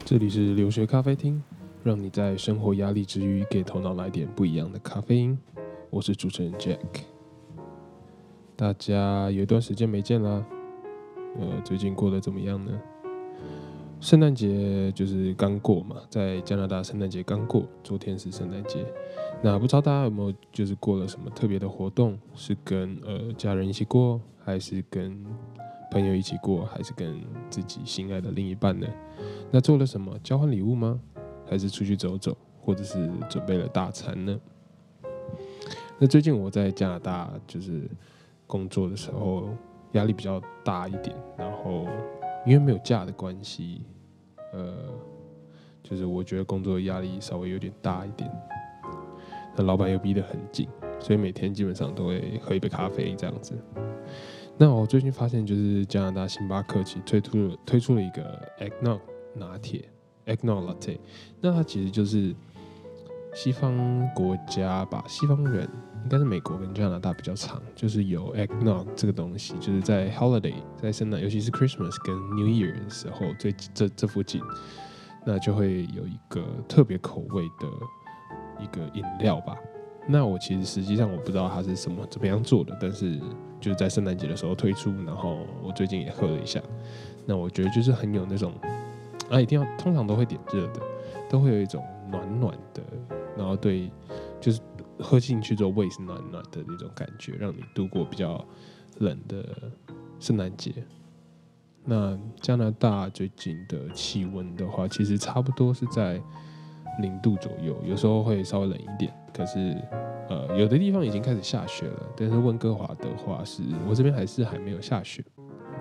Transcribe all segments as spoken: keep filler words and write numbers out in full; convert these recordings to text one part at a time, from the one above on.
这里是留学咖啡厅，让你在生活压力之余，给头脑来点不一样的咖啡因。我是主持人 Jack。大家有一段时间没见啦，呃，最近过得怎么样呢？圣诞节就是刚过嘛，在加拿大圣诞节刚过，昨天是圣诞节。那不知道大家有没有就是过了什么特别的活动？是跟呃家人一起过，还是跟朋友一起过，还是跟自己心爱的另一半呢？那做了什么？交换礼物吗？还是出去走走，或者是准备了大餐呢？那最近我在加拿大就是工作的时候，压力比较大一点，然后因为没有假的关系，呃，就是我觉得工作的压力稍微有点大一点。那老板又逼得很紧，所以每天基本上都会喝一杯咖啡这样子。那我最近发现，就是加拿大星巴克其实推出了推出了一个 eggnog 拿铁 eggnog latte， 那它其实就是西方国家吧，西方人应该是美国跟加拿大比较常，就是有 eggnog 这个东西，就是在 holiday 在圣诞，尤其是 Christmas 跟 New Year 的时候，最这这附近，那就会有一个特别口味的一个饮料吧。那我其实实际上我不知道它是什么怎么样做的，但是就是在圣诞节的时候推出，然后我最近也喝了一下。那我觉得就是很有那种啊，一定要通常都会点热的，都会有一种暖暖的，然后对，就是喝进去之后胃是暖暖的那种感觉，让你度过比较冷的圣诞节。那加拿大最近的气温的话，其实差不多是在零度左右，有时候会稍微冷一点。可是，呃，有的地方已经开始下雪了，但是温哥华的话是，我这边还是还没有下雪。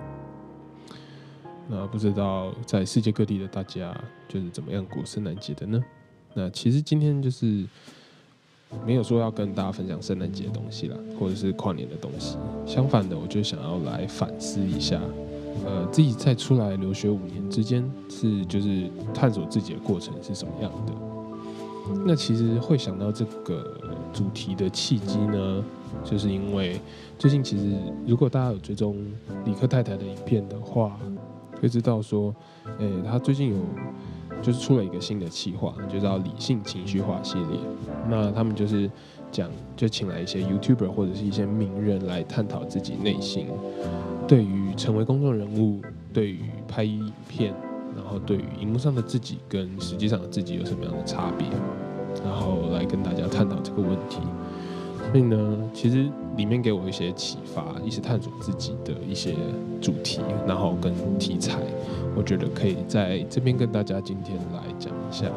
那不知道在世界各地的大家就是怎么样过圣诞节的呢？那其实今天就是没有说要跟大家分享圣诞节的东西啦，或者是跨年的东西。相反的，我就想要来反思一下，呃，自己在出来留学五年之间，是就是探索自己的过程是什么样的。那其实会想到这个主题的契机呢，就是因为最近其实如果大家有追踪理科太太的影片的话，会知道说，诶，她最近有就是出了一个新的企划，就叫理性情绪化系列。那他们就是讲，就请来一些 YouTuber 或者是一些名人来探讨自己内心对于成为公众人物，对于拍影片，然后对于荧幕上的自己跟实际上的自己有什么样的差别，然后来跟大家探讨这个问题。所以呢，其实里面给我一些启发，一些探索自己的一些主题，然后跟题材，我觉得可以在这边跟大家今天来讲一下。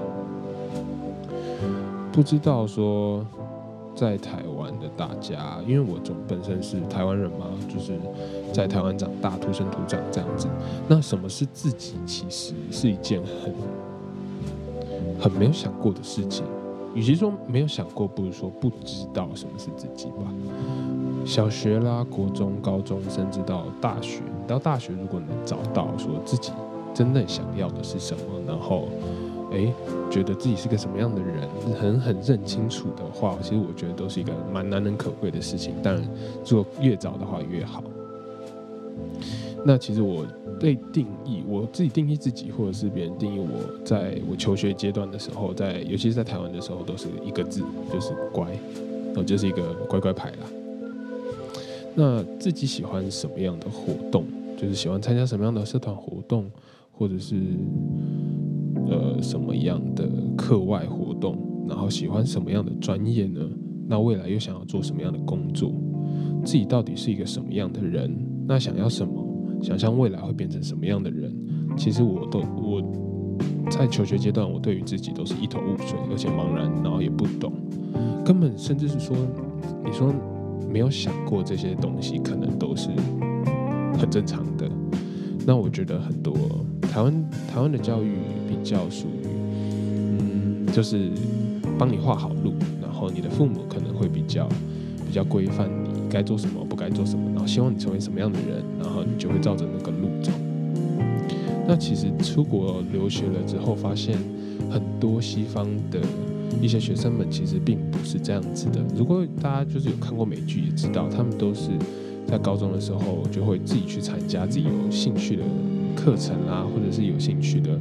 不知道说在台湾的大家，因为我总本身是台湾人嘛，就是在台湾长大，土生土长这样子。那什么是自己，其实是一件很很没有想过的事情。与其说没有想过，不如说不知道什么是自己吧。小学啦、国中、高中，甚至到大学，到大学如果能找到说自己真正想要的是什么，然后，哎，觉得自己是个什么样的人，很很认清楚的话，其实我觉得都是一个蛮难能可贵的事情。当然，如果越早的话越好。那其实我对定义我自己定义自己，或者是别人定义我，在我求学阶段的时候，在尤其是在台湾的时候，都是一个字，就是乖，我就是一个乖乖牌啦。那自己喜欢什么样的活动，就是喜欢参加什么样的社团活动，或者是呃什么样的课外活动，然后喜欢什么样的专业呢？那未来又想要做什么样的工作？自己到底是一个什么样的人？那想要什么？想象未来会变成什么样的人？其实我都我在求学阶段，我对于自己都是一头雾水，而且茫然，然后也不懂，根本甚至是说，你说没有想过这些东西，可能都是很正常的。那我觉得很多台湾台湾的教育比较属于，嗯，就是帮你画好路，然后你的父母可能会比较比较规范你该做什么，不该做什么，然后希望你成为什么样的人，然后你就会照着那个路走。那其实出国留学了之后，发现很多西方的一些学生们其实并不是这样子的。如果大家就是有看过美剧，也知道他们都是在高中的时候就会自己去参加自己有兴趣的课程啊，或者是有兴趣的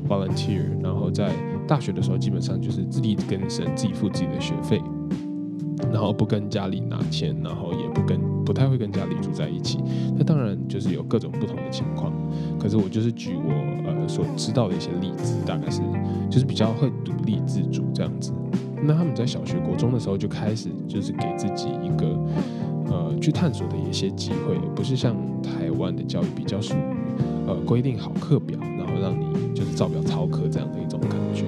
volunteer， 然后在大学的时候基本上就是自力更生，自己付自己的学费，然后不跟家里拿钱，然后也不跟不太会跟家里住在一起。那当然就是有各种不同的情况，可是我就是举我呃所知道的一些例子，大概是就是比较会独立自主这样子。那他们在小学、国中的时候就开始就是给自己一个呃去探索的一些机会，不是像台湾的教育比较属于呃规定好课表，然后让你就是照表操课这样的一种感觉。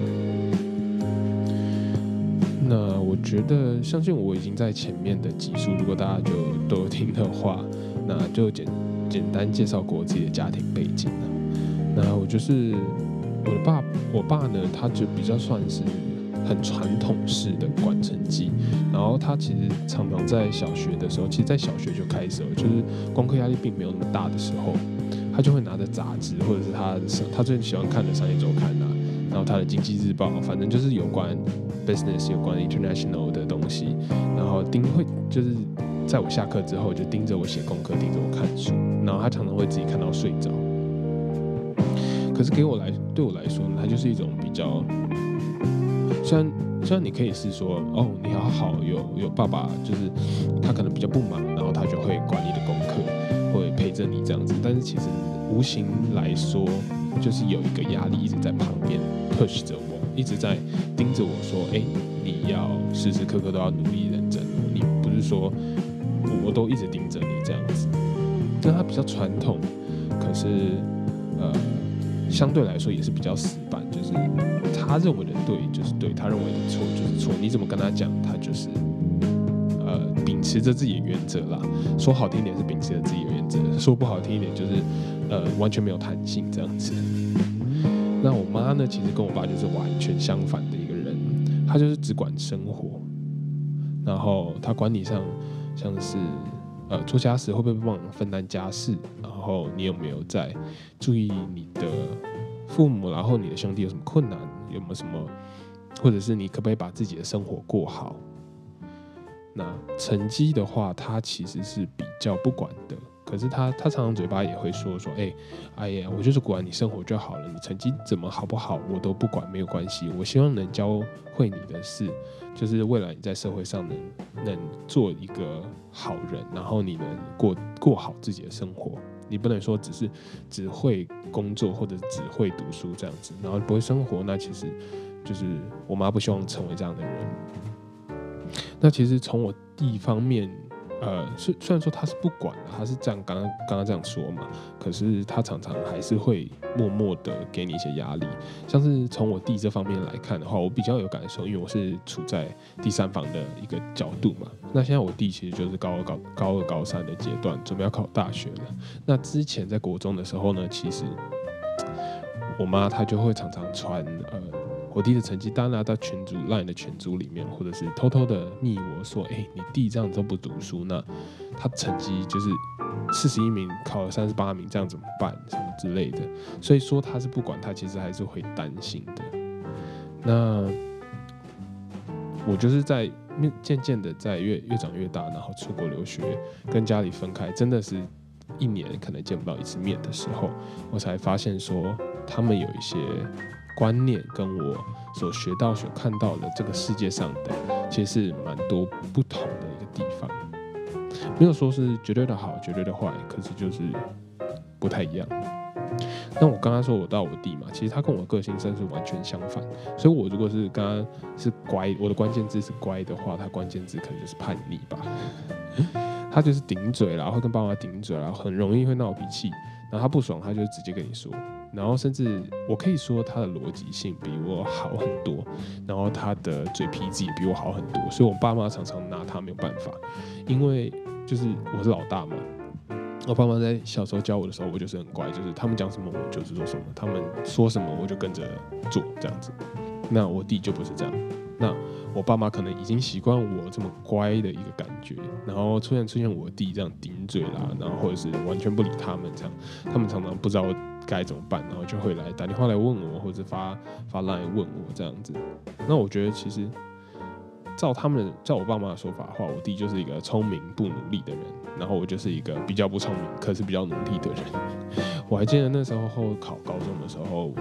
那我觉得，相信我已经在前面的集数，如果大家就都有听的话，那就简简单介绍过我自己的家庭背景了。那我就是我的爸，我爸呢，他就比较算是很传统式的管成绩，然后他其实常常在小学的时候，其实在小学就开始了，就是功课压力并没有那么大的时候，他就会拿着杂志，或者是他他最喜欢看的《商业周刊》啊，然后他的《经济日报》，反正就是有关 business 有关 international 的东西，然后盯会就是在我下课之后就盯着我写功课，盯着我看书，然后他常常会自己看到睡着。可是给我来对我来说呢，它就是一种比较，虽然虽然你可以是说哦你好好有有爸爸，就是他可能比较不忙，然后他就会管你的功课，会陪着你这样子，但是其实无形来说，就是有一个压力一直在旁边 push 着我，一直在盯着我说，哎，你要时时刻刻都要努力认真，你不是说我都一直盯着你这样子。但他比较传统，可是呃。相对来说也是比较死板，就是他认为的对就是对，他认为的错就是错，你怎么跟他讲，他就是呃秉持着自己的原则啦。说好听一点是秉持着自己的原则，说不好听一点就是呃完全没有弹性这样子。那我妈呢，其实跟我爸就是完全相反的一个人，她就是只管生活，然后她管你上像是呃做家事会不会帮忙分担家事，然后你有没有在注意你的父母，然后你的兄弟有什么困难，有没有什么，或者是你可不可以把自己的生活过好。那成绩的话，他其实是比较不管的，可是他他常常嘴巴也会说说，哎、欸，哎呀，我就是管你生活就好了，你成绩怎么好不好我都不管，没有关系。我希望能教会你的是，就是未来你在社会上能能做一个好人，然后你能过过好自己的生活。你不能说只是只会工作或者只会读书这样子，然后不会生活，那其实就是我妈不希望成为这样的人。那其实从我弟方面，呃，虽然说他是不管的，他是这样刚刚刚刚这样说嘛，可是他常常还是会默默的给你一些压力。像是从我弟这方面来看的话，我比较有感受，因为我是处在第三方的一个角度嘛。那现在我弟其实就是高二高高二高三的阶段，准备要考大学了。那之前在国中的时候呢，其实我妈她就会常常传呃。我弟的成绩单拿到群组 Line 的群组里面，或者是偷偷的密我说，哎、欸，你弟这样都不读书，那他成绩就是四十一名考了三十八名，这样怎么办？什么之类的。所以说他是不管，他其实还是会担心的。那我就是在渐渐的在越越长越大，然后出国留学，跟家里分开，真的是一年可能见不到一次面的时候，我才发现说他们有一些观念跟我所学到、所看到的这个世界上的，其实是蛮多不同的一个地方。没有说是绝对的好、绝对的坏，可是就是不太一样。那我刚刚说我到我弟嘛，其实他跟我的个性真是完全相反。所以我如果是刚刚是乖，我的关键字是乖的话，他关键字可能就是叛逆吧。他就是顶嘴啦，会跟爸妈顶嘴啦，很容易会闹脾气。然后他不爽，他就直接跟你说。然后甚至我可以说他的逻辑性比我好很多，然后他的嘴皮子也比我好很多，所以我爸妈常常拿他没有办法，因为就是我是老大嘛。我爸妈在小时候教我的时候，我就是很乖，就是他们讲什么我就是做什么，他们说什么我就跟着做这样子。那我弟就不是这样，那我爸妈可能已经习惯我这么乖的一个感觉，然后出现出现我弟这样顶嘴啦，然后或者是完全不理他们这样，他们常常不知道该怎么办，然后就会来打电话来问我，或者发发 line 问我这样子。那我觉得其实照他们照我爸妈的说法的话，我弟就是一个聪明不努力的人，然后我就是一个比较不聪明可是比较努力的人。我还记得那时候考高中的时候，我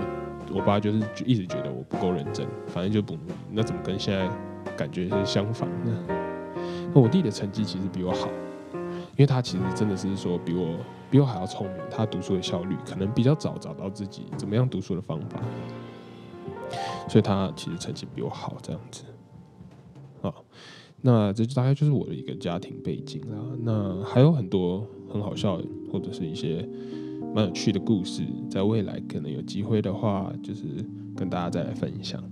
我爸就是一直觉得我不够认真，反正就不努力。那怎么跟现在感觉是相反呢？那我弟的成绩其实比我好，因为他其实真的是说比我比我还要聪明，他读书的效率可能比较早找到自己怎么样读书的方法，所以他其实成绩比我好这样子。好，那这大概就是我的一个家庭背景啦。那还有很多很好笑或者是一些蛮有趣的故事，在未来可能有机会的话，就是跟大家再来分享。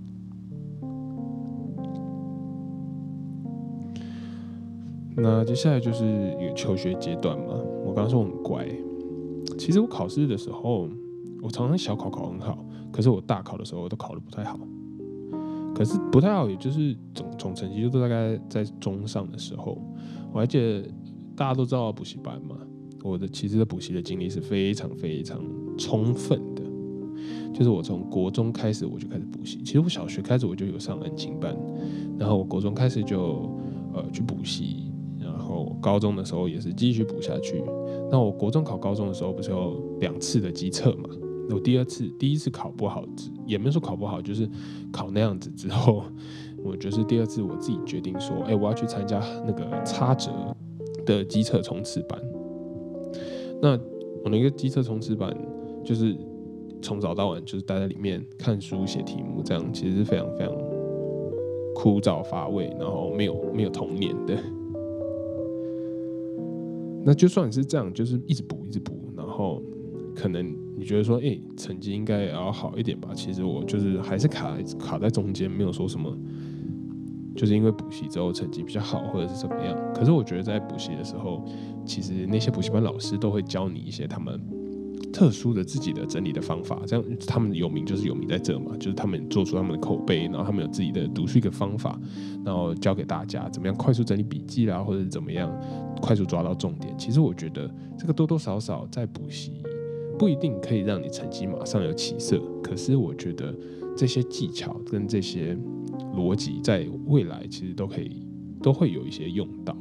那接下来就是一个求学阶段嘛。我刚刚说我很乖，其实我考试的时候，我常常小考考很好，可是我大考的时候都考得不太好。可是不太好，也就是总总成绩就大概在中上的时候。我还记得大家都知道补习班嘛，我的其实的补习的经历是非常非常充分的。就是我从国中开始我就开始补习，其实我小学开始我就有上安亲班，然后我国中开始就呃去补习。然后高中的时候也是继续补下去。那我国中考高中的时候，不是有两次的基测嘛？我第二次，第一次考不好，也没有说考不好，就是考那样子之后，我就是第二次我自己决定说，哎，我要去参加那个插折的基测冲刺班。那我那个基测冲刺班，就是从早到晚就是待在里面看书写题目，这样其实是非常非常枯燥乏味，然后没有没有童年的。那就算是这样，就是一直补一直补，然后可能你觉得说，哎、欸，成绩应该也要好一点吧？其实我就是还是卡卡在中间，没有说什么，就是因为补习之后成绩比较好，或者是怎么样。可是我觉得在补习的时候，其实那些补习班老师都会教你一些他们特殊的自己的整理的方法，这样他们有名就是有名在这嘛，就是他们做出他们的口碑，然后他们有自己的读书一个方法，然后教给大家怎么样快速整理笔记啦，或者是怎么样快速抓到重点。其实我觉得这个多多少少在补习不一定可以让你成绩马上有起色，可是我觉得这些技巧跟这些逻辑在未来其实都可以都会有一些用到。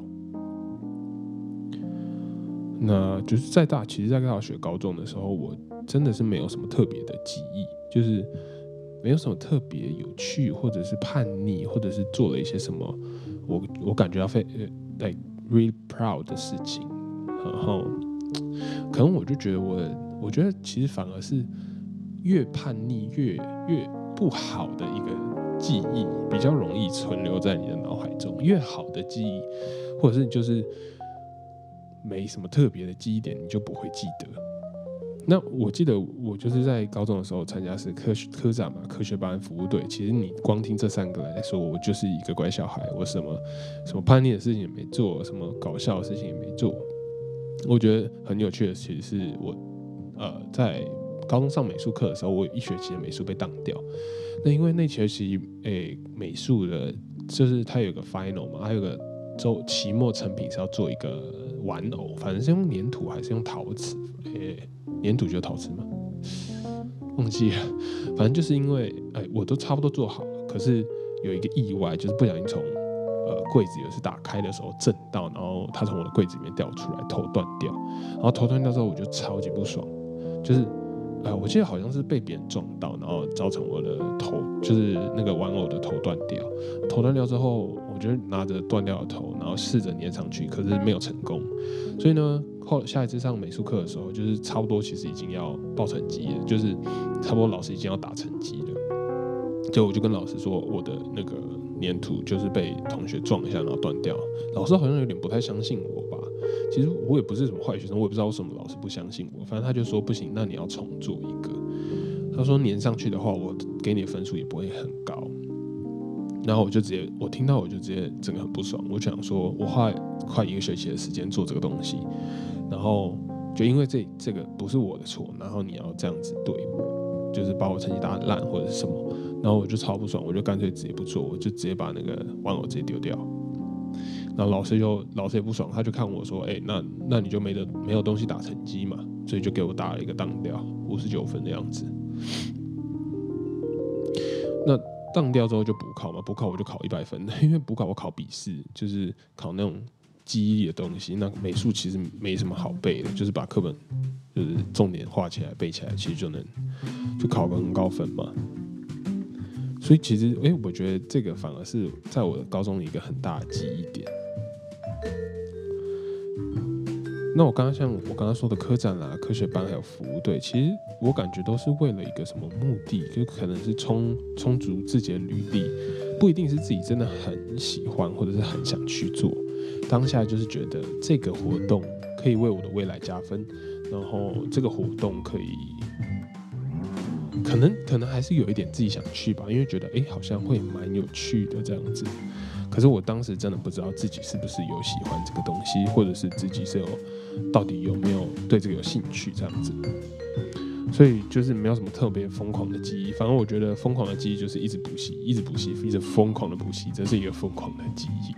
那就是在大，其实在大学、高中的时候，我真的是没有什么特别的记忆，就是没有什么特别有趣，或者是叛逆，或者是做了一些什么我我感觉到非呃 like really proud 的事情。然后可能我就觉得我，我觉得其实反而是越叛逆越越不好的一个记忆，比较容易存留在你的脑海中。越好的记忆，或者是就是没什么特别的记忆点，你就不会记得。那我记得我就是在高中的时候参加是科学科展嘛，科学班服务队。其实你光听这三个来说，我就是一个乖小孩，我什么什么叛逆的事情也没做，什么搞笑的事情也没做。我觉得很有趣的，其实是我呃在高中上美术课的时候，我有一学期的美术被当掉。那因为那学期诶、欸、美术的，就是它有个 final 嘛，还有个周期末成品是要做一个玩偶，反正是用粘土还是用陶瓷？诶、欸，粘土就是陶瓷吗？忘记了。反正就是因为哎、欸，我都差不多做好了，可是有一个意外，就是不小心从呃柜子有一次打开的时候震到，然后它从我的柜子里面掉出来，头断掉。然后头断掉之后，我就超级不爽，就是。呃，我记得好像是被别人撞到，然后造成我的头，就是那个玩偶的头断掉。头断掉之后，我就拿着断掉的头，然后试着粘上去，可是没有成功。所以呢，后下一次上美术课的时候，就是差不多其实已经要报成绩了，就是差不多老师已经要打成绩了。结果我就跟老师说，我的那个粘土就是被同学撞一下，然后断掉。老师好像有点不太相信我吧。其实我也不是什么坏学生，我也不知道为什么老师不相信我。反正他就说不行，那你要重做一个。他说粘上去的话，我给你的分数也不会很高。然后我就直接，我听到我就直接整个很不爽。我就想说，我花快一个学期的时间做这个东西，然后就因为这这个不是我的错，然后你要这样子对我，就是把我成绩打很烂或者是什么，然后我就超不爽，我就干脆直接不做，我就直接把那个玩偶直接丢掉。然后老师就老师也不爽，他就看我说，哎、欸，那那你就没得没有东西打成绩嘛，所以就给我打了一个当掉，五十九分的样子。那当掉之后就补考嘛，补考我就考一百分，因为补考我考笔试，就是考那种记忆力的东西。那美术其实没什么好背的，就是把课本， 就是重点画起来背起来，其实就能就考个很高分嘛。所以其实，哎、欸，我觉得这个反而是在我的高中的一个很大的记忆点。那我刚刚像我刚刚说的科展啦、科学班还有服务队，其实我感觉都是为了一个什么目的，就可能是充充足自己的履历，不一定是自己真的很喜欢或者是很想去做。当下就是觉得这个活动可以为我的未来加分，然后这个活动可以。可能可能还是有一点自己想去吧，因为觉得哎、欸、好像会蛮有趣的这样子。可是我当时真的不知道自己是不是有喜欢这个东西，或者是自己是有到底有没有对这个有兴趣这样子。所以就是没有什么特别疯狂的记忆，反正我觉得疯狂的记忆就是一直补习，一直补习，一直疯狂的补习，这是一个疯狂的记忆。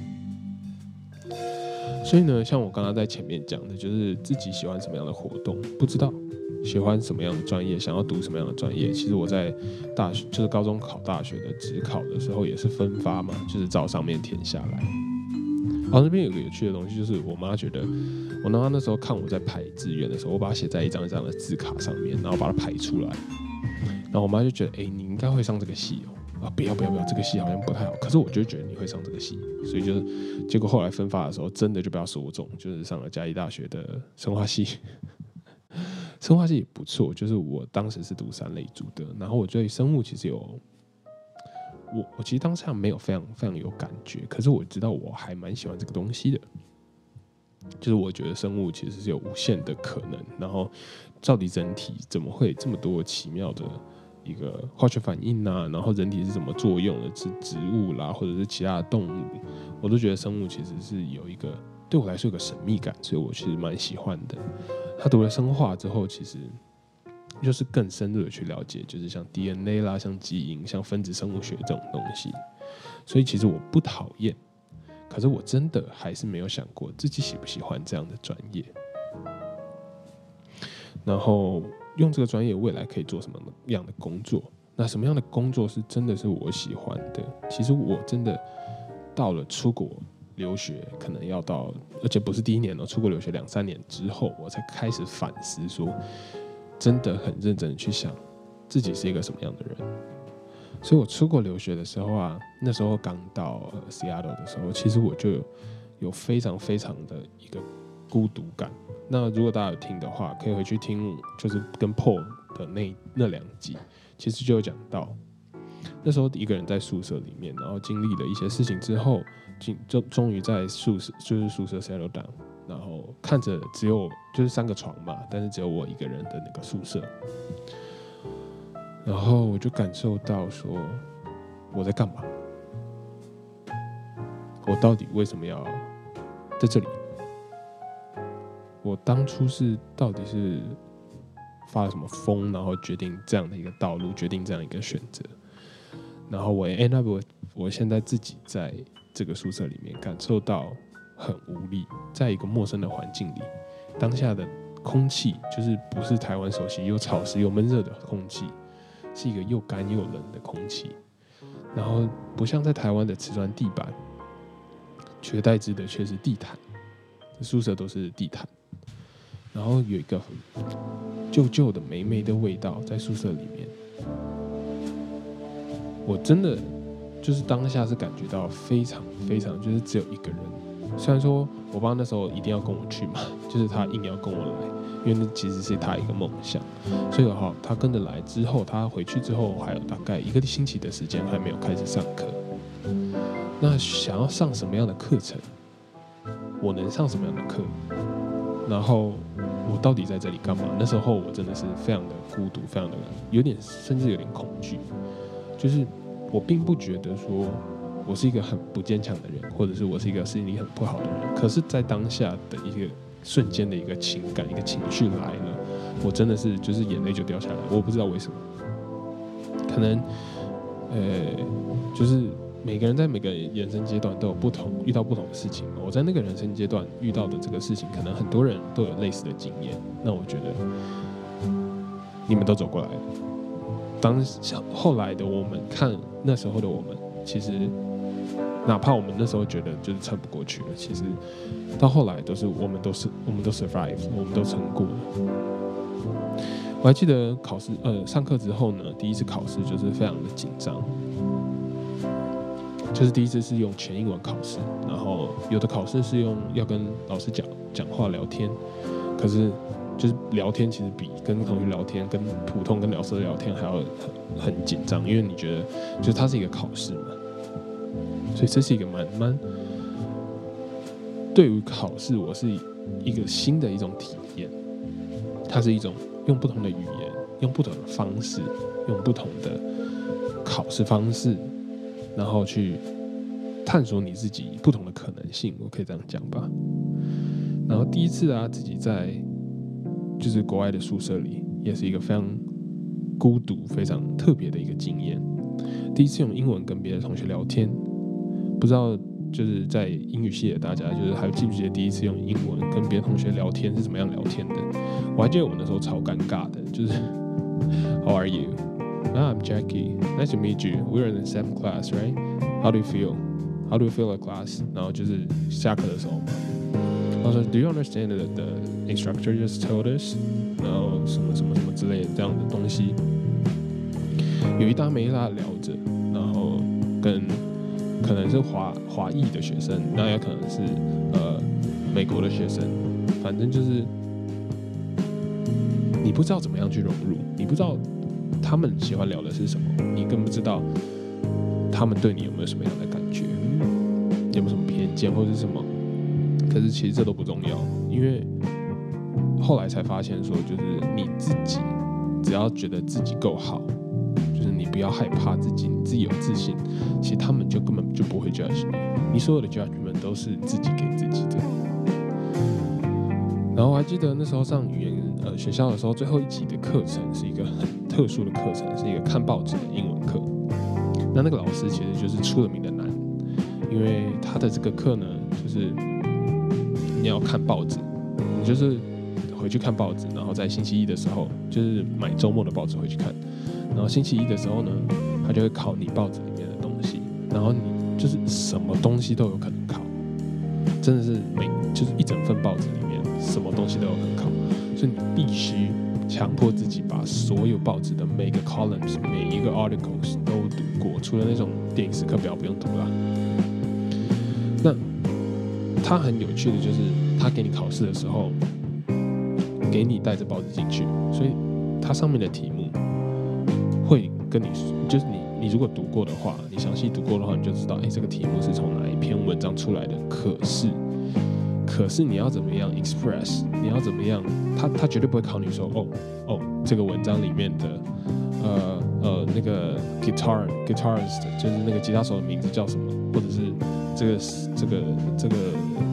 所以呢，像我刚刚在前面讲的，就是自己喜欢什么样的活动，不知道。喜欢什么样的专业，想要读什么样的专业，其实我在大学，就是高中考大学的指考的时候，也是分发嘛，就是照上面填下来。然后那边有个有趣的东西，就是我妈觉得，我妈那时候看我在排志愿的时候，我把它写在一张一张的字卡上面，然后把它排出来。然后我妈就觉得，哎、欸，你应该会上这个系哦，啊，不要不要不要，这个系好像不太好。可是我就觉得你会上这个系，所以就是结果后来分发的时候，真的就被她说中，就是上了嘉义大学的生化系。生化系也不错，就是我当时是读三类组的，然后我对生物其实有，我我其实当下没有非常非常有感觉，可是我知道我还蛮喜欢这个东西的，就是我觉得生物其实是有无限的可能，然后到底人体怎么会这么多奇妙的一个化学反应啊，然后人体是怎么作用的，是植物啦，或者是其他的动物，我都觉得生物其实是有一个对我来说有个神秘感，所以我其实蛮喜欢的。他读了生化之后，其实就是更深入的去了解，就是像 D N A 啦、像基因、像分子生物学这种东西。所以其实我不讨厌，可是我真的还是没有想过自己喜不喜欢这样的专业。然后用这个专业未来可以做什么样的工作？那什么样的工作是真的是我喜欢的？其实我真的到了出国留学可能要到，而且不是第一年哦，出国留学两三年之后，我才开始反思说，真的很认真的去想自己是一个什么样的人。所以我出国留学的时候啊，那时候刚到 Seattle 的时候，其实我就有有非常非常的一个孤独感。那如果大家有听的话，可以回去听，就是跟 Paul 的那那两集，其实就有讲到，那时候一个人在宿舍里面，然后经历了一些事情之后。就终于在宿舍，就是宿舍 settle down， 然后看着只有就是三个床嘛，但是只有我一个人的那个宿舍，然后我就感受到说我在干嘛，我到底为什么要在这里？我当初是到底是发了什么疯，然后决定这样的一个道路，决定这样一个选择，然后我 end up 我我现在自己在这个宿舍里面感受到很无力，在一个陌生的环境里，当下的空气就是不是台湾熟悉又潮湿又闷热的空气，是一个又干又冷的空气，然后不像在台湾的瓷砖地板，取而代之的却是地毯，宿舍都是地毯，然后有一个很旧旧的霉霉的味道在宿舍里面，我真的就是当下是感觉到非常非常，就是只有一个人。虽然说我爸那时候一定要跟我去嘛，就是他硬要跟我来，因为那其实是他一个梦想。所以哈，他跟着来之后，他回去之后还有大概一个星期的时间还没有开始上课。那想要上什么样的课程？我能上什么样的课？然后我到底在这里干嘛？那时候我真的是非常的孤独，非常的有点甚至有点恐惧，就是我并不觉得说我是一个很不坚强的人，或者是我是一个适应力很不好的人。可是，在当下的一个瞬间的一个情感、一个情绪来了，我真的是就是眼泪就掉下来。我不知道为什么，可能呃，就是每个人在每个人生阶段都有不同遇到不同的事情。我在那个人生阶段遇到的这个事情，可能很多人都有类似的经验。那我觉得你们都走过来了。当后来的我们看那时候的我们，其实哪怕我们那时候觉得就是撑不过去了，其实到后来都是我们都是我们都 survive， 我们都撑过了。我还记得考试，呃，上课之后呢，第一次考试就是非常的紧张，就是第一次是用全英文考试，然后有的考试是用要跟老师讲讲话聊天，可是就是聊天其实比跟同学聊天、跟普通跟老师聊天还要很很紧张，因为你觉得就是它是一个考试嘛。所以这是一个蛮蛮，对于考试我是一个新的一种体验，它是一种用不同的语言、用不同的方式、用不同的考试方式，然后去探索你自己不同的可能性，我可以这样讲吧。然后第一次啊，自己在就是国外的宿舍里，也是一个非常孤独、非常特别的一个经验。第一次用英文跟别的同学聊天。不知道就是在英语系的大家，就是还记不记得第一次用英文跟别的同学聊天是怎么样聊天的？我还记得我那时候超尴尬的，就是 How are you? Ah, I'm Jackie. Nice to meet you. We're in the same class, right? How do you feel? How do you feel at class? 然后就是下课的时候嘛，我说 Do you understand that the instructor just told us? 然后什么什么什么之类的这样的东西，有一搭没一搭聊着，然后跟可能是华华裔的学生，那也可能是呃美国的学生，反正就是你不知道怎么样去融入，你不知道他们喜欢聊的是什么，你更不知道他们对你有没有什么样的感觉，有没有什么偏见或者是什么。可是其实这都不重要，因为后来才发现说，就是你自己只要觉得自己够好，就是你不要害怕自己，你自己有自信，其实他们就根本就不会 judge 你，你所有的 judgment 都是自己给自己的。然后我还记得那时候上语言呃学校的时候，最后一集的课程是一个很特殊的课程，是一个看报纸的英文课。那那个老师其实就是出了名的难，因为他的这个课呢，就是你要看报纸，你就是回去看报纸，然后在星期一的时候，就是买周末的报纸回去看，然后星期一的时候呢，他就会考你报纸里面的东西，然后你就是什么东西都有可能考，真的是每就是一整份报纸里面什么东西都有可能考，所以你必须强迫自己把所有报纸的每个 columns 每一个 articles 都读过，除了那种电影时刻表不用读啦。那它很有趣的就是，它给你考试的时候，给你带着报纸进去，所以它上面的题目会跟你，就是你你如果读过的话，你详细读过的话，你就知道，哎，这个题目是从哪一篇文章出来的。可是，可是你要怎么样 express， 你要怎么样，他他绝对不会考你说，哦哦，这个文章里面的，呃呃那个 guitar guitarist 就是那个吉他手的名字叫什么，或者是这个这个这个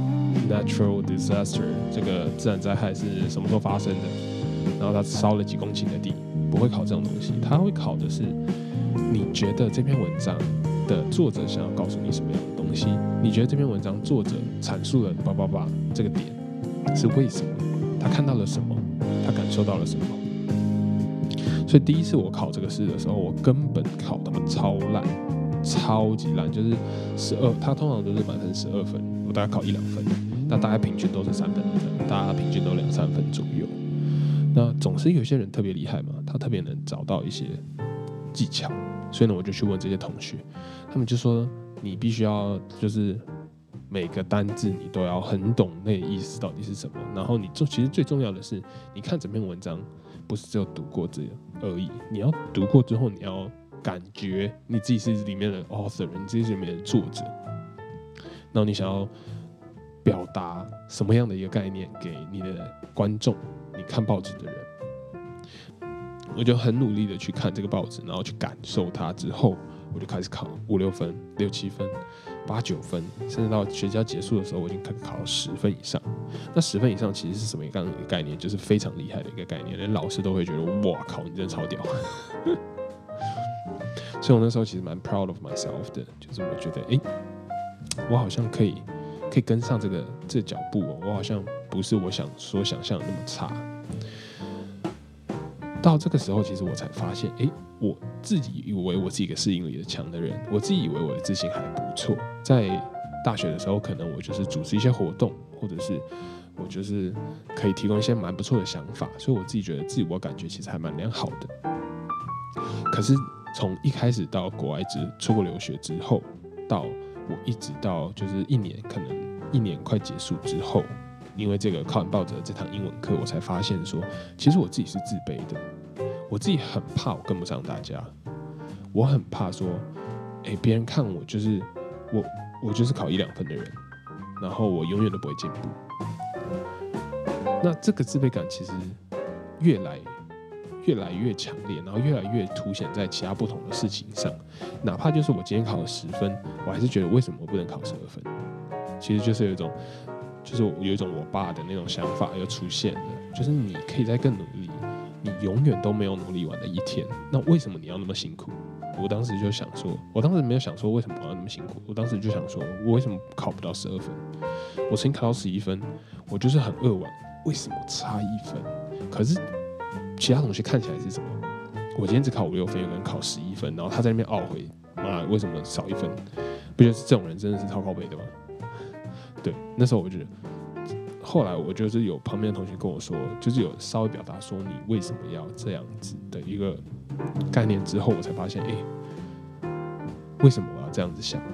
natural disaster 这个自然灾害是什么时候发生的，然后他烧了几公顷的地，不会考这种东西，他会考的是你觉得这篇文章的作者想要告诉你什么样的东西？你觉得这篇文章作者阐述了叭叭叭这个点是为什么？他看到了什么？他感受到了什么？所以第一次我考这个试的时候，我根本考他们超烂，超级烂，就是十二，他通常都是满分十二分，我大概考一两分，那大概平均都是三分的，大家平均都两三分左右。那总是有些人特别厉害嘛，他特别能找到一些技巧，所以呢，我就去问这些同学，他们就说你必须要就是每个单字你都要很懂那个意思到底是什么，然后你做其实最重要的是，你看整篇文章不是只有读过这而已，你要读过之后，你要感觉你自己是里面的 author， 你自己是里面的作者，然后你想要表达什么样的一个概念给你的观众，你看报纸的人。我就很努力的去看这个报纸，然后去感受它之后，我就开始考五六分、六七分、八九分，甚至到学校结束的时候，我已经考了十分以上。那十分以上其实是什么样的一个概念？就是非常厉害的一个概念，连老师都会觉得哇靠，你真的超屌。所以我那时候其实蛮 proud of myself 的，就是我觉得，哎、欸，我好像可以可以跟上这个这个脚步哦，我好像不是我想所想象的那么差。到这个时候，其实我才发现，哎，我自己以为我是一个适应力的强的人，我自己以为我的自信还不错， 在大学的时候，可能我就是主持一些活动，或者是我就是可以提供一些蛮不错的想法，所以我自己觉得自我感觉其实还蛮良好的。可是从一开始到国外之出国留学之后，到我一直到就是一年，可能一年快结束之后，因为这个靠岸抱着这堂英文课，我才发现说，其实我自己是自卑的。我自己很怕我跟不上大家，我很怕说，哎，别人看我就是我，我就是考一两分的人，然后我永远都不会进步。那这个自卑感其实越来越来越强烈，然后越来越凸显在其他不同的事情上。哪怕就是我今天考了十分，我还是觉得为什么我不能考十二分？其实就是有一种，就是有一种我爸的那种想法又出现了，就是你可以再更努力。你永远都没有努力完的一天，那为什么你要那么辛苦？我当时就想说，我当时没有想说为什么我要那么辛苦，我当时就想说，我为什么考不到十二分？我曾经考到十一分，我就是很扼腕，为什么差一分？可是其他同学看起来是什么？我今天只考五六分，有个人考十一分，然后他在那边懊悔，妈，为什么少一分？不觉得这种人真的是超靠北的吗？对，那时候我觉得。后来我就是有旁边的同学跟我说，就是有稍微表达说你为什么要这样子的一个概念之后，我才发现，哎，为什么我要这样子想？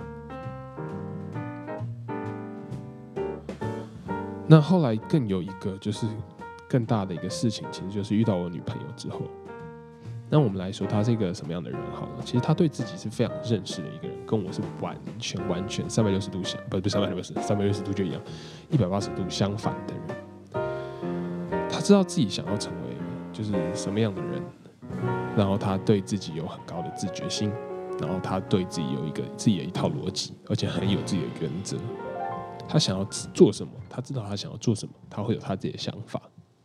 那后来更有一个就是更大的一个事情，其实就是遇到我女朋友之后。那我们来说，她是一个什么样的人好了？其实她对自己是非常认识的一个人，跟我是完全完全三百六十度相，不不三百六十，三百六十度就一样，一百八十度相反的人。她知道自己想要成为就是什么样的人，然后她对自己有很高的自觉心，然后她对自己有一个自己的一套逻辑，而且很有自己的原则。她想要做什么，她知道她想要做什么，她会有她自己的想法。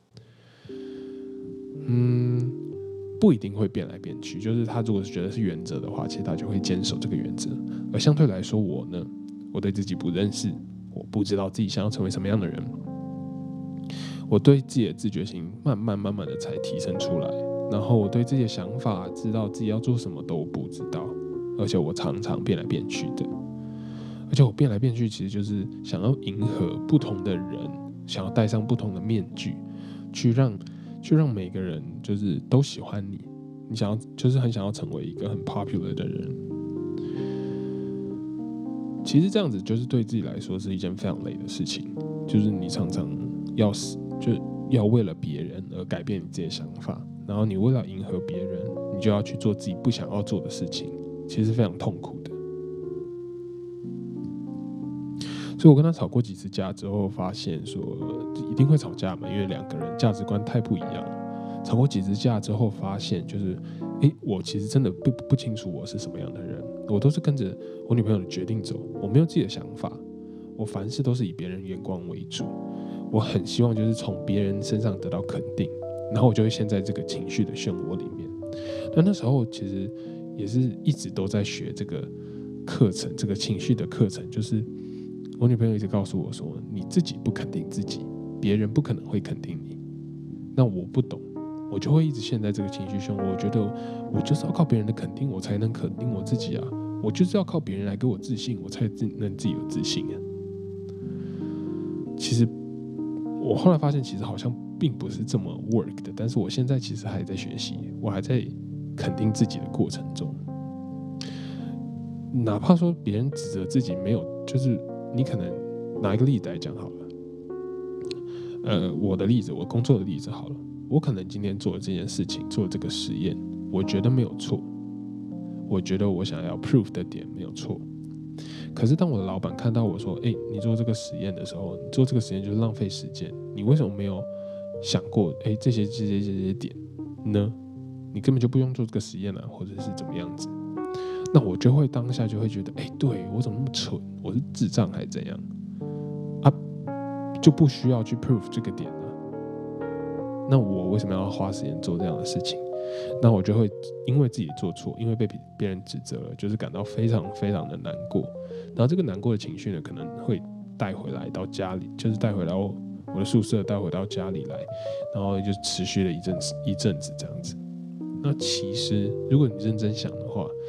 嗯。不一定会变来变去，就是他如果是觉得是原则的话，其实他就会坚守这个原则。而相对来说，我呢，我对自己不认识，我不知道自己想要成为什么样的人，我对自己的自觉性慢慢慢慢的才提升出来。然后我对自己的想法，知道自己要做什么都不知道，而且我常常变来变去的。而且我变来变去，其实就是想要迎合不同的人，想要戴上不同的面具，去让。去让每个人就是都喜欢你，你想要就是很想要成为一个很 popular 的人。其实这样子就是对自己来说是一件非常累的事情，就是你常常要就要为了别人而改变你自己的想法，然后你为了迎合别人，你就要去做自己不想要做的事情，其实是非常痛苦的。所以我跟他吵过几次架之后，发现说一定会吵架嘛，因为两个人价值观太不一样。吵过几次架之后，发现就是，哎，我其实真的不不清楚我是什么样的人，我都是跟着我女朋友的决定走，我没有自己的想法，我凡事都是以别人眼光为主，我很希望就是从别人身上得到肯定，然后我就会陷在这个情绪的漩涡里面。那那时候其实也是一直都在学这个课程，这个情绪的课程，就是。我女朋友一直告诉我说：“你自己不肯定自己，别人不可能会肯定你。”那我不懂，我就会一直陷在这个情绪漩涡。我觉得我就是要靠别人的肯定，我才能肯定我自己啊！我就是要靠别人来给我自信，我才能自己有自信啊！其实我后来发现，其实好像并不是这么 work 的。但是我现在其实还在学习，我还在肯定自己的过程中。哪怕说别人指责自己没有，就是。你可能拿一个例子来讲好了，呃，我的例子，我工作的例子好了，我可能今天做了这件事情，做这个实验，我觉得没有错，我觉得我想要 prove 的点没有错。可是当我的老板看到我说，哎，你做这个实验的时候，你做这个实验就是浪费时间，你为什么没有想过，哎，这些这些这些点呢？你根本就不用做这个实验啊，或者是怎么样子？那我就会当下就会觉得，哎，对我怎么那么蠢？我是智障还是怎样？啊，就不需要去 prove 这个点呢？那我为什么要花时间做这样的事情？那我就会因为自己做错，因为被别人指责了，就是感到非常非常的难过。然后这个难过的情绪呢，可能会带回来到家里，就是带回来我的宿舍，带回到家里来，然后就持续了一阵子一阵子这样子。那其实如果你认真想的话，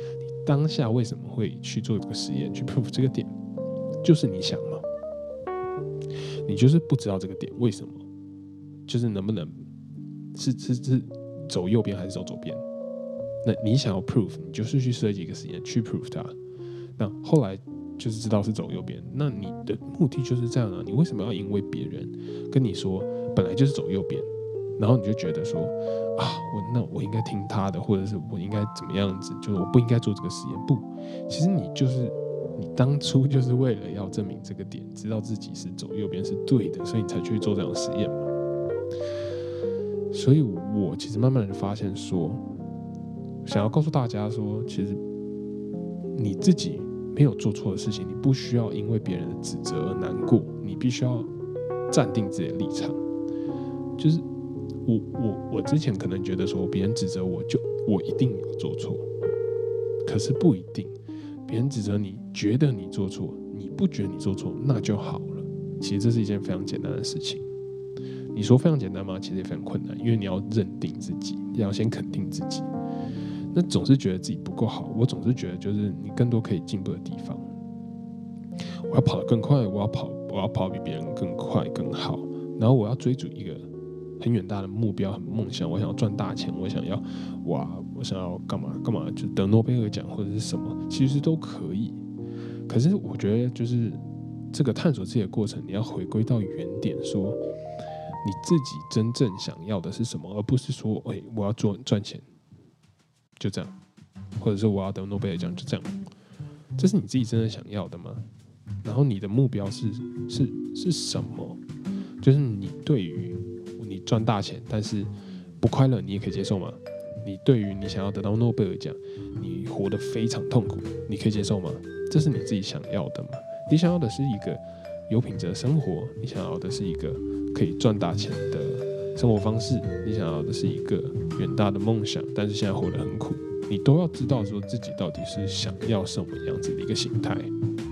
当下为什么会去做这个实验，去 prove 这个点，就是你想嘛，你就是不知道这个点为什么，就是能不能是是是走右边还是走左边。那你想要 prove， 你就是去设计一个实验去 prove 它。那后来就是知道是走右边，那你的目的就是这样啊。你为什么要因为别人跟你说本来就是走右边，然后你就觉得说啊，我那我应该听他的，或者是我应该怎么样子，就是我不应该做这个实验。不，其实你就是你当初就是为了要证明这个点，知道自己是走右边是对的，所以你才去做这样的实验嘛。所以我其实慢慢的发现说，想要告诉大家说，其实你自己没有做错的事情，你不需要因为别人的指责而难过，你必须要站定自己的立场。就是我我我之前可能觉得说，别人指责我就我一定有做错，可是不一定。别人指责你，觉得你做错，你不觉得你做错，那就好了。其实这是一件非常简单的事情。你说非常简单吗？其实也非常困难，因为你要认定自己，你要先肯定自己。那总是觉得自己不够好，我总是觉得就是你更多可以进步的地方。我要跑得更快，我要跑，我要跑比别人更快更好，然后我要追逐一个很远大的目标、很梦想，我想要赚大钱，我想要哇，我想要干嘛干嘛，就得诺贝尔奖或者是什么，其实都可以。可是我觉得就是这个探索自己的过程，你要回归到原点，说你自己真正想要的是什么，而不是说，哎、欸，我要做赚钱，就这样，或者是我要得诺贝尔奖，就这样。这是你自己真正想要的吗？然后你的目标是是是什么？就是你对于你赚大钱，但是不快乐，你也可以接受吗？你对于你想要得到诺贝尔奖，你活得非常痛苦，你可以接受吗？这是你自己想要的吗？你想要的是一个有品质的生活，你想要的是一个可以赚大钱的生活方式，你想要的是一个远大的梦想，但是现在活得很苦，你都要知道说自己到底是想要什么样子的一个形态。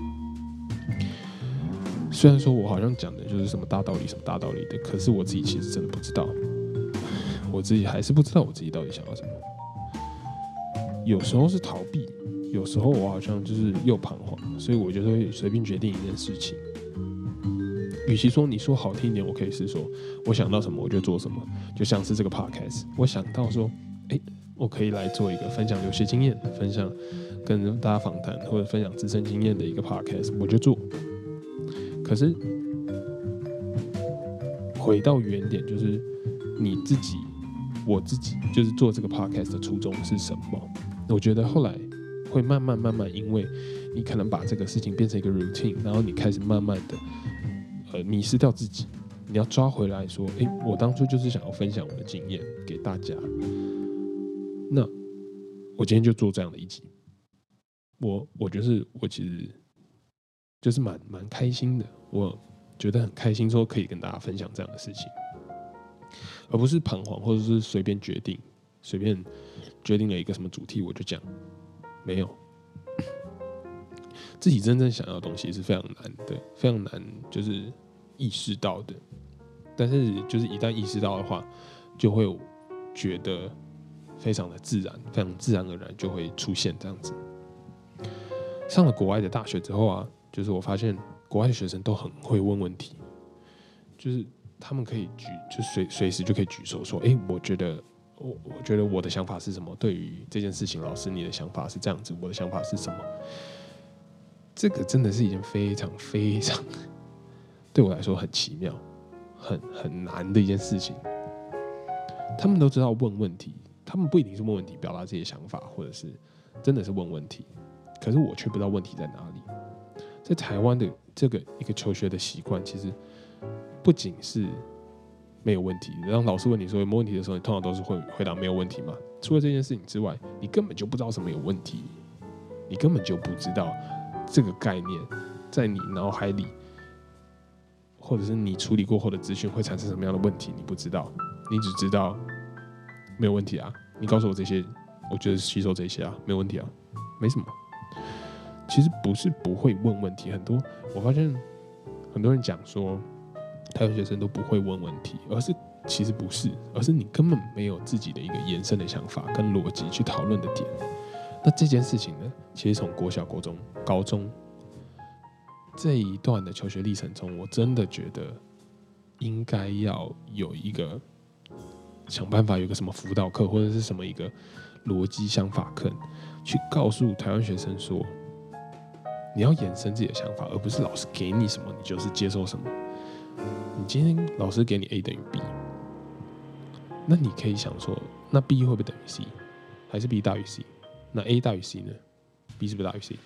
虽然说我好像讲的就是什么大道理什么大道理的，可是我自己其实真的不知道，我自己还是不知道我自己到底想要什么。有时候是逃避，有时候我好像就是又彷徨，所以我就会随便决定一件事情。与其说你说好听一点，我可以是说我想到什么我就做什么，就像是这个 podcast， 我想到说，哎，我可以来做一个分享留学经验、分享跟大家访谈或者分享自身经验的一个 podcast， 我就做。可是回到原点，就是你自己，我自己，就是做这个 podcast 的初衷是什么？我觉得后来会慢慢慢慢，因为你可能把这个事情变成一个 routine， 然后你开始慢慢的呃迷失掉自己。你要抓回来说，哎，我当初就是想要分享我的经验给大家。那我今天就做这样的一集，我我就是我其实就是蛮蛮开心的，我觉得很开心，说可以跟大家分享这样的事情，而不是彷徨或者是随便决定，随便决定了一个什么主题我就讲，没有。自己真正想要的东西是非常难的，非常难，就是意识到的。但是就是一旦意识到的话，就会觉得非常的自然，非常自然而然就会出现这样子。上了国外的大学之后啊，就是我发现国外的学生都很会问问题，就是他们可以举，就随随时就可以举手说，哎、欸，我觉得我我觉得我的想法是什么？对于这件事情，老师你的想法是这样子，我的想法是什么？这个真的是一件非常非常对我来说很奇妙、很很难的一件事情。他们都知道问问题，他们不一定是问问题表达自己的想法，或者是真的是问问题，可是我却不知道问题在哪里。在台湾的这个一个求学的习惯，其实不仅是没有问题，当老师问你说有没有问题的时候，你通常都是会回答没有问题嘛。除了这件事情之外，你根本就不知道什么有问题，你根本就不知道这个概念在你脑海里，或者是你处理过后的资讯会产生什么样的问题，你不知道，你只知道没有问题啊。你告诉我这些，我觉得吸收这些啊，没有问题啊，没什么。其实不是不会问问题，很多我发现很多人讲说台湾学生都不会问问题，而是其实不是，而是你根本没有自己的一个延伸的想法跟逻辑去讨论的点。 那这件事情呢，其实从国小、国中、高中这一段的求学历程中，我真的觉得应该要有一个想办法，有个什么辅导课或者是什么一个逻辑想法课，去告诉台湾学生说，你要延伸自己的想法，而不是老师给你什么你就是接受什么。你今天老师给你 A 等于 B， 那你可以想说，那 B 会不会等于 C， 还是 B 大于 C？ 那 A 大于 C 呢？ B 是不是大于 C？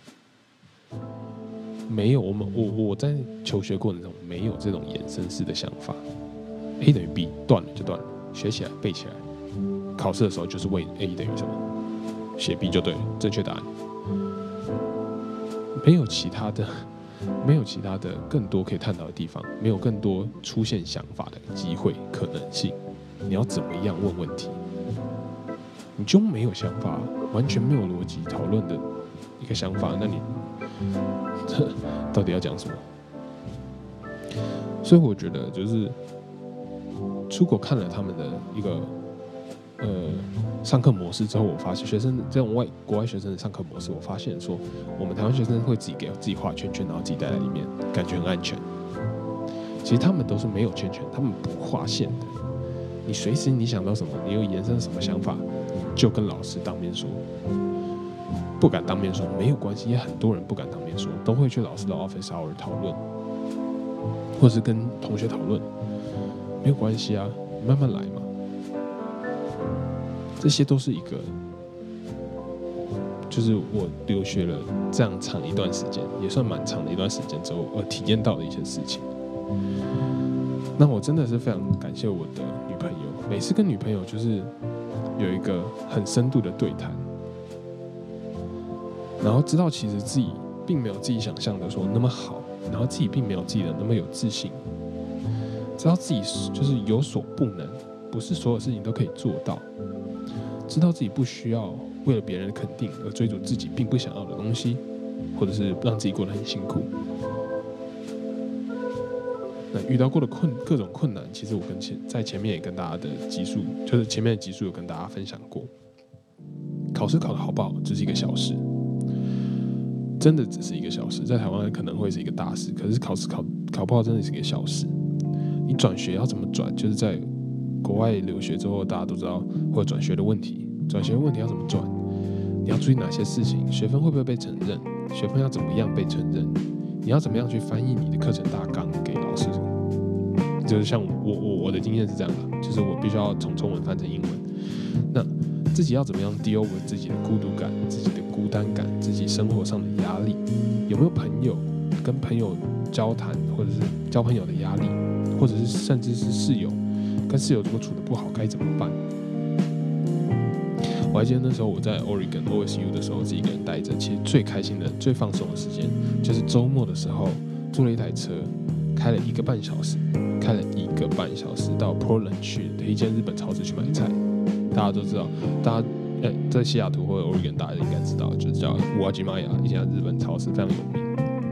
没有，我们我我在求学过程中没有这种衍生式的想法。A 等于 B， 断了就断了，学起来背起来，考试的时候就是问 A 等于什么，写 B 就对了，正确答案。没有其他的，没有其他的更多可以探讨的地方，没有更多出现想法的机会可能性。你要怎么样问问题？你就没有想法，完全没有逻辑讨论的一个想法，那你这到底要讲什么？所以我觉得就是出国看了他们的一个呃上课模式之后，我发现学生这种外国外学生的上课模式，我发现说我们台湾学生会自己给自己画圈圈，然后自己待在里面，感觉很安全。其实他们都是没有圈圈，他们不画线的。你随时你想到什么，你有延伸什么想法，你就跟老师当面说。不敢当面说没有关系，也很多人不敢当面说，都会去老师的 office hour 讨论，或是跟同学讨论，没有关系啊，你慢慢来嘛。这些都是一个，就是我留学了这样长一段时间，也算蛮长的一段时间之后，而体验到的一些事情。那我真的是非常感谢我的女朋友，每次跟女朋友就是有一个很深度的对谈。然后知道其实自己并没有自己想象的说那么好，然后自己并没有自己的那么有自信，知道自己就是有所不能，不是所有事情都可以做到，知道自己不需要为了别人的肯定而追逐自己并不想要的东西，或者是让自己过得很辛苦。那遇到过的困各种困难，其实我跟前在前面也跟大家的集数，就是前面的集数有跟大家分享过。考试考得好不好，只是一个小事。真的只是一个小事，在台湾可能会是一个大事，可是考试考考不好真的是一个小事。你转学要怎么转，就是在国外留学之后，大家都知道会有转学的问题，转学的问题要怎么转，你要注意哪些事情，学分会不会被承认，学分要怎么样被承认，你要怎么样去翻译你的课程大纲给老师。就是像我我我的经验是这样的，就是我必须要从中文翻成英文。那自己要怎么样 deal with 自己的孤独感、自己的孤单感、自己生活上的压力，有没有朋友跟朋友交谈，或者是交朋友的压力，或者是甚至是室友，跟室友如果处得不好该怎么办？我还记得那时候我在 Oregon O S U 的时候，自己一个人待着，其实最开心的、最放松的时间，就是周末的时候租了一台车，开了一个半小时，开了一个半小时到 Portland 去的一间日本超市去买菜。大家都知道，大家、欸、在西雅图或者 Oregon 大家应该知道，就是叫乌阿吉玛雅一家日本超市，非常有名。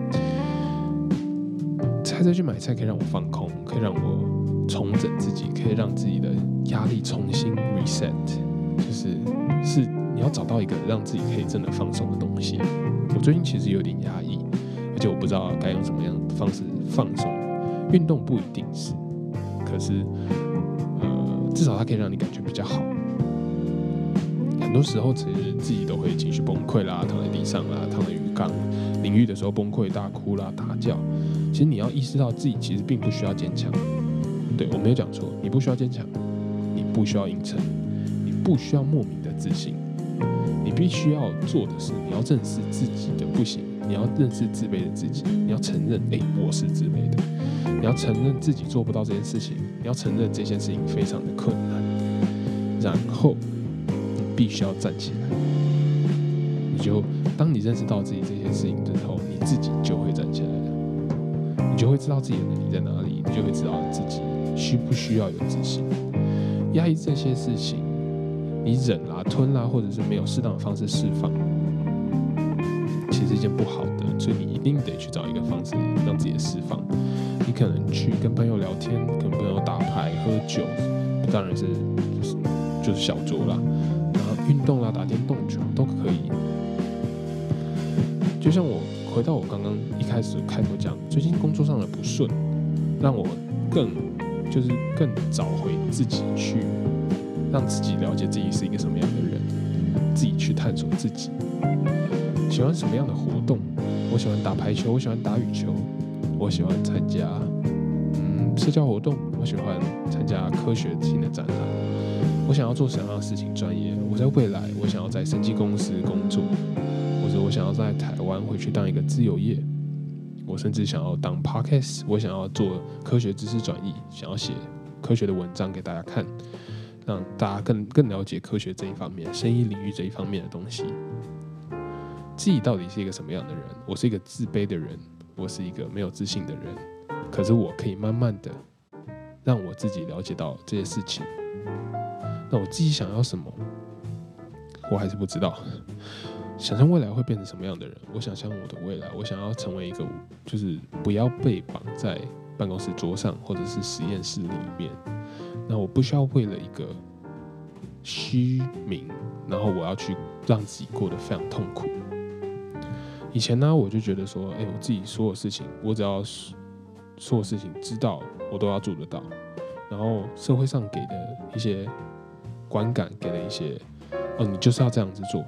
开车去买菜可以让我放空，可以让我重整自己，可以让自己的压力重新 reset， 就是是你要找到一个让自己可以真的放松的东西。我最近其实有点压抑，而且我不知道该用什么样的方式放松。运动不一定是，可是呃，至少它可以让你感觉比较好。很多时候其实自己都会情绪崩溃啦，躺在地上啦，躺在浴缸淋浴的时候崩溃大哭啦，大叫。其实你要意识到自己其实并不需要坚强。对，我没有讲错，你不需要坚强，你不需要硬撑，你不需要莫名的自信。你必须要做的是，你要认识自己的不行，你要认识自卑的自己，你要承认，哎、欸，我是自卑的，你要承认自己做不到这件事情，你要承认这件事情非常的困难，然后你必须要站起来。你就当你认识到自己这些事情之后，你自己就会站起来了，你就会知道自己的能力在哪里，你就会知道自己需不需要有自信。压抑这些事情，你忍啦、吞啦，或者是没有适当的方式释放，其实是一件不好的，所以你一定得去找一个方式让自己的释放。你可能去跟朋友聊天，跟朋友打牌、喝酒，当然是就是就是小酌啦，然后运动啦、打电动球都可以。 就像我回到我刚刚一开始开头讲，最近工作上的不顺，让我更就是更找回自己去，让自己了解自己是一个什么样的人，自己去探索自己喜欢什么样的活动。我喜欢打排球，我喜欢打羽球，我喜欢参加嗯社交活动，我喜欢参加科学性的展览。我想要做什么样的事情专业？我在未来，我想要在生技公司工作，或者我想要在台湾回去当一个自由业。我甚至想要当 podcast， 我想要做科学知识转译，想要写科学的文章给大家看，让大家更更了解科学这一方面、生医领域这一方面的东西。自己到底是一个什么样的人？我是一个自卑的人，我是一个没有自信的人。可是我可以慢慢的让我自己了解到这些事情。那我自己想要什么，我还是不知道。想象未来会变成什么样的人？我想象我的未来，我想要成为一个，就是不要被绑在办公室桌上或者是实验室里面。那我不需要为了一个虚名，然后我要去让自己过得非常痛苦。以前呢，我就觉得说，哎、欸，我自己所有事情，我只要所有事情知道，我都要做得到。然后社会上给的一些观感，给了一些，哦，你就是要这样子做。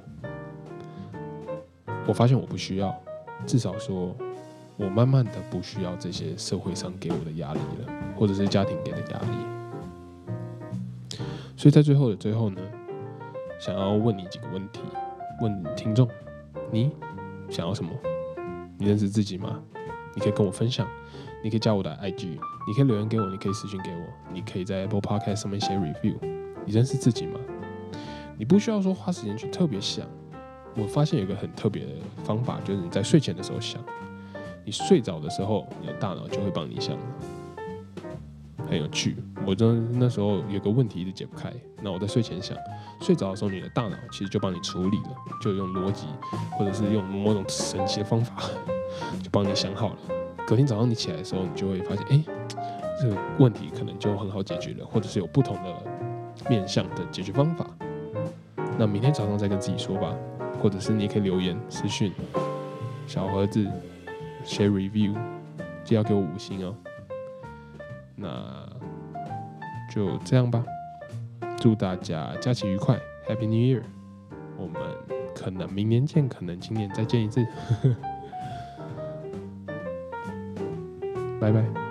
我发现我不需要，至少说，我慢慢的不需要这些社会上给我的压力了，或者是家庭给的压力。所以在最后的最后呢，想要问你几个问题，问听众，你想要什么？你认识自己吗？你可以跟我分享，你可以加我的 I G， 你可以留言给我，你可以私讯给我，你可以在 Apple Podcast 上面写 review。你认识自己吗？你不需要说花时间去特别想。我发现有一个很特别的方法，就是你在睡前的时候想，你睡着的时候，你的大脑就会帮你想，很有趣。我那时候有个问题一直解不开，那我在睡前想，睡着的时候你的大脑其实就帮你处理了，就用逻辑或者是用某种神奇的方法，就帮你想好了。隔天早上你起来的时候，你就会发现，哎，这个问题可能就很好解决了，或者是有不同的面向的解决方法。那明天早上再跟自己说吧。或者是你也可以留言私讯小盒子 share review， 记得要给我五星哦。那就这样吧，祝大家假期愉快 ，Happy New Year！ 我们可能明年见，可能今年再见一次，拜拜。